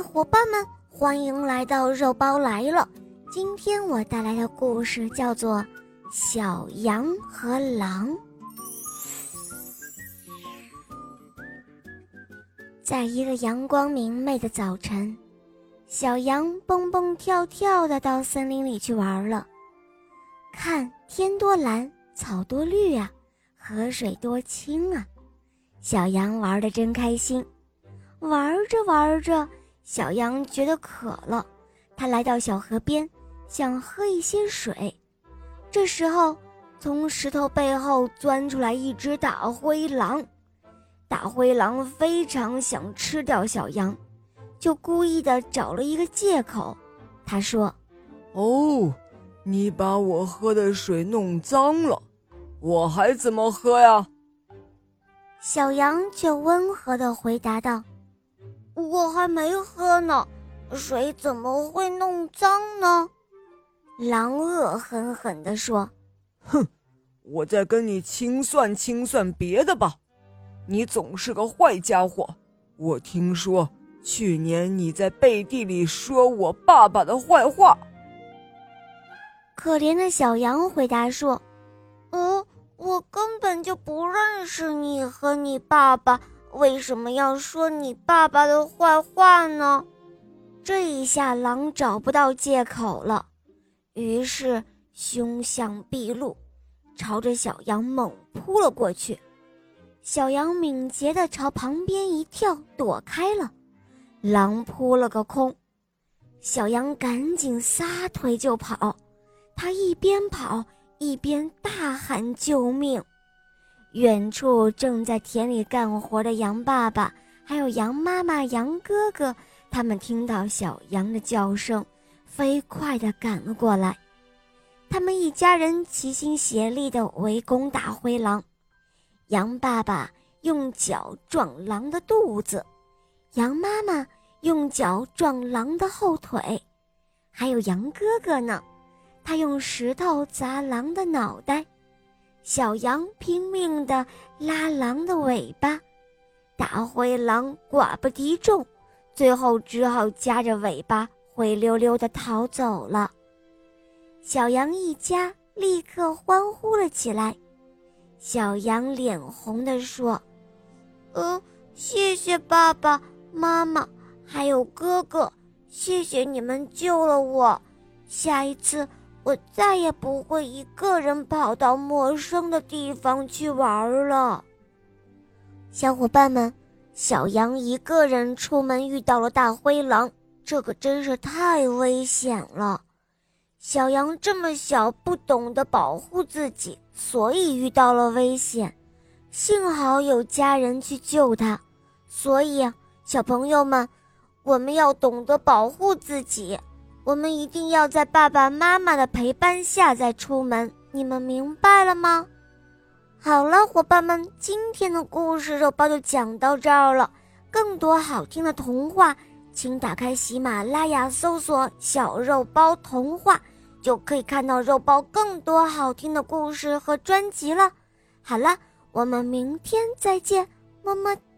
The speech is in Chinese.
伙伴们，欢迎来到肉包来了。今天我带来的故事叫做《小羊和狼》。在一个阳光明媚的早晨，小羊蹦蹦跳跳地到森林里去玩了。看天多蓝，草多绿啊，河水多清啊，小羊玩得真开心。玩着玩着，小羊觉得渴了，它来到小河边，想喝一些水。这时候，从石头背后钻出来一只大灰狼。大灰狼非常想吃掉小羊，就故意地找了一个借口。他说：“ 哦，你把我喝的水弄脏了，我还怎么喝呀？” 小羊却温和地回答道：“我还没喝呢，水怎么会弄脏呢？”狼恶狠狠地说：“ 哼，我再跟你清算清算别的吧。你总是个坏家伙，我听说去年你在背地里说我爸爸的坏话。” 可怜的小羊回答说：“我根本就不认识你和你爸爸，为什么要说你爸爸的坏话呢？”这一下狼找不到借口了，于是凶相毕露，朝着小羊猛扑了过去。小羊敏捷地朝旁边一跳，躲开了。狼扑了个空，小羊赶紧撒腿就跑。他一边跑一边大喊救命。远处正在田里干活的羊爸爸还有羊妈妈、羊哥哥，他们听到小羊的叫声，飞快地赶了过来。他们一家人齐心协力地围攻大灰狼。羊爸爸用脚撞狼的肚子，羊妈妈用脚撞狼的后腿，还有羊哥哥呢，他用石头砸狼的脑袋。小羊拼命地拉狼的尾巴，大灰狼寡不敌众，最后只好夹着尾巴灰溜溜地逃走了。小羊一家立刻欢呼了起来。小羊脸红地说：“谢谢爸爸妈妈还有哥哥，谢谢你们救了我，下一次我再也不会一个人跑到陌生的地方去玩了。”小伙伴们，小羊一个人出门遇到了大灰狼，这可真是太危险了。小羊这么小，不懂得保护自己，所以遇到了危险。幸好有家人去救它，所以小朋友们，我们要懂得保护自己，我们一定要在爸爸妈妈的陪伴下再出门，你们明白了吗？好了，伙伴们，今天的故事肉包就讲到这儿了。更多好听的童话，请打开喜马拉雅搜索小肉包童话，就可以看到肉包更多好听的故事和专辑了。好了，我们明天再见，么么哒。